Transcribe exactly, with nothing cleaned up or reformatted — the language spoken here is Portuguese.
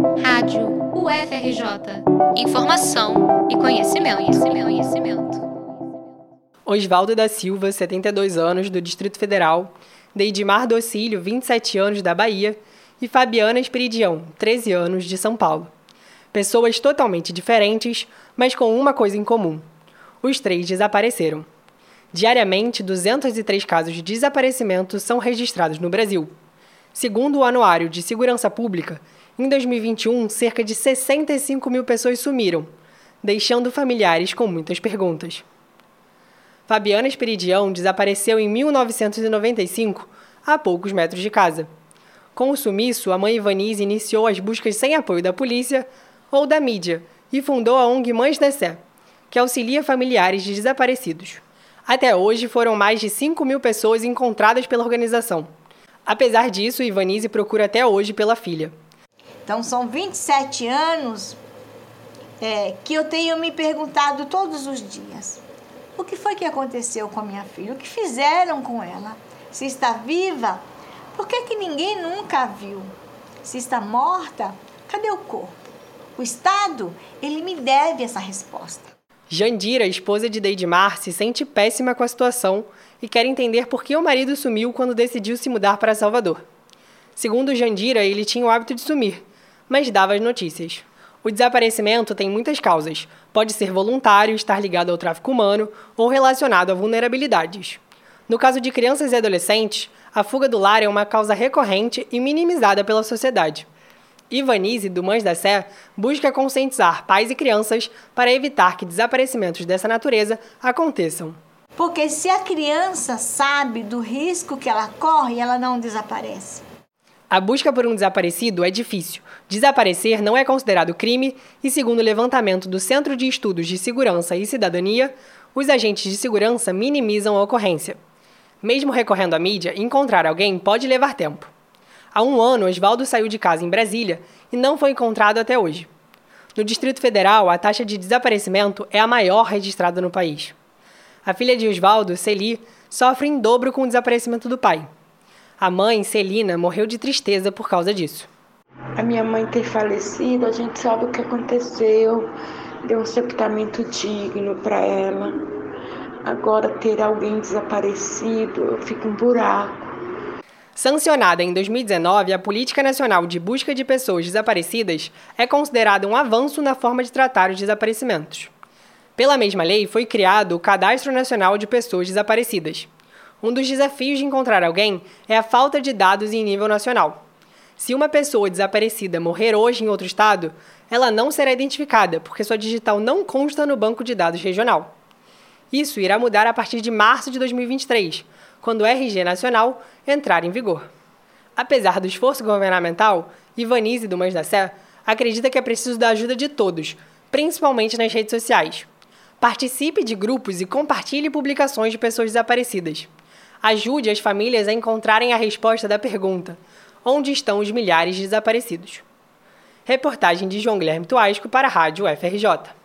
Rádio U F R J. Informação e conhecimento, conhecimento, conhecimento. Osvaldo da Silva, setenta e dois anos, do Distrito Federal, Deidimar Docílio, vinte e sete anos, da Bahia, e Fabiana Esperidião, treze anos, de São Paulo. Pessoas totalmente diferentes, mas com uma coisa em comum. Os três desapareceram. Diariamente, duzentos e três casos de desaparecimento são registrados no Brasil. Segundo o Anuário de Segurança Pública, em dois mil e vinte e um, cerca de sessenta e cinco mil pessoas sumiram, deixando familiares com muitas perguntas. Fabiana Esperidião desapareceu em mil novecentos e noventa e cinco, a poucos metros de casa. Com o sumiço, a mãe Ivanise iniciou as buscas sem apoio da polícia ou da mídia e fundou a O N G Mães da Sé, que auxilia familiares de desaparecidos. Até hoje, foram mais de cinco mil pessoas encontradas pela organização. Apesar disso, Ivanise procura até hoje pela filha. Então, são vinte e sete anos é, que eu tenho me perguntado todos os dias: o que foi que aconteceu com a minha filha? O que fizeram com ela? Se está viva, por que que ninguém nunca a viu? Se está morta, cadê o corpo? O Estado, ele me deve essa resposta. Jandira, esposa de Deidimar, se sente péssima com a situação e quer entender por que o marido sumiu quando decidiu se mudar para Salvador. Segundo Jandira, ele tinha o hábito de sumir, mas dava as notícias. O desaparecimento tem muitas causas. Pode ser voluntário, estar ligado ao tráfico humano ou relacionado a vulnerabilidades. No caso de crianças e adolescentes, a fuga do lar é uma causa recorrente e minimizada pela sociedade. Ivanise, do Mães da Sé, busca conscientizar pais e crianças para evitar que desaparecimentos dessa natureza aconteçam. Porque se a criança sabe do risco que ela corre, ela não desaparece. A busca por um desaparecido é difícil. Desaparecer não é considerado crime e, segundo o levantamento do Centro de Estudos de Segurança e Cidadania, os agentes de segurança minimizam a ocorrência. Mesmo recorrendo à mídia, encontrar alguém pode levar tempo. Há um ano, Osvaldo saiu de casa em Brasília e não foi encontrado até hoje. No Distrito Federal, a taxa de desaparecimento é a maior registrada no país. A filha de Osvaldo, Celi, sofre em dobro com o desaparecimento do pai. A mãe, Celina, morreu de tristeza por causa disso. A minha mãe ter falecido, a gente sabe o que aconteceu, deu um sepultamento digno para ela. Agora, ter alguém desaparecido, fica um buraco. Sancionada em dois mil e dezenove, a Política Nacional de Busca de Pessoas Desaparecidas é considerada um avanço na forma de tratar os desaparecimentos. Pela mesma lei, foi criado o Cadastro Nacional de Pessoas Desaparecidas. Um dos desafios de encontrar alguém é a falta de dados em nível nacional. Se uma pessoa desaparecida morrer hoje em outro estado, ela não será identificada, porque sua digital não consta no banco de dados regional. Isso irá mudar a partir de março de dois mil e vinte e três, quando o R G nacional entrar em vigor. Apesar do esforço governamental, Ivanise, do Mães da Sé, acredita que é preciso da ajuda de todos, principalmente nas redes sociais. Participe de grupos e compartilhe publicações de pessoas desaparecidas. Ajude as famílias a encontrarem a resposta da pergunta: onde estão os milhares de desaparecidos? Reportagem de João Guilherme Tuasco para a Rádio U F R J.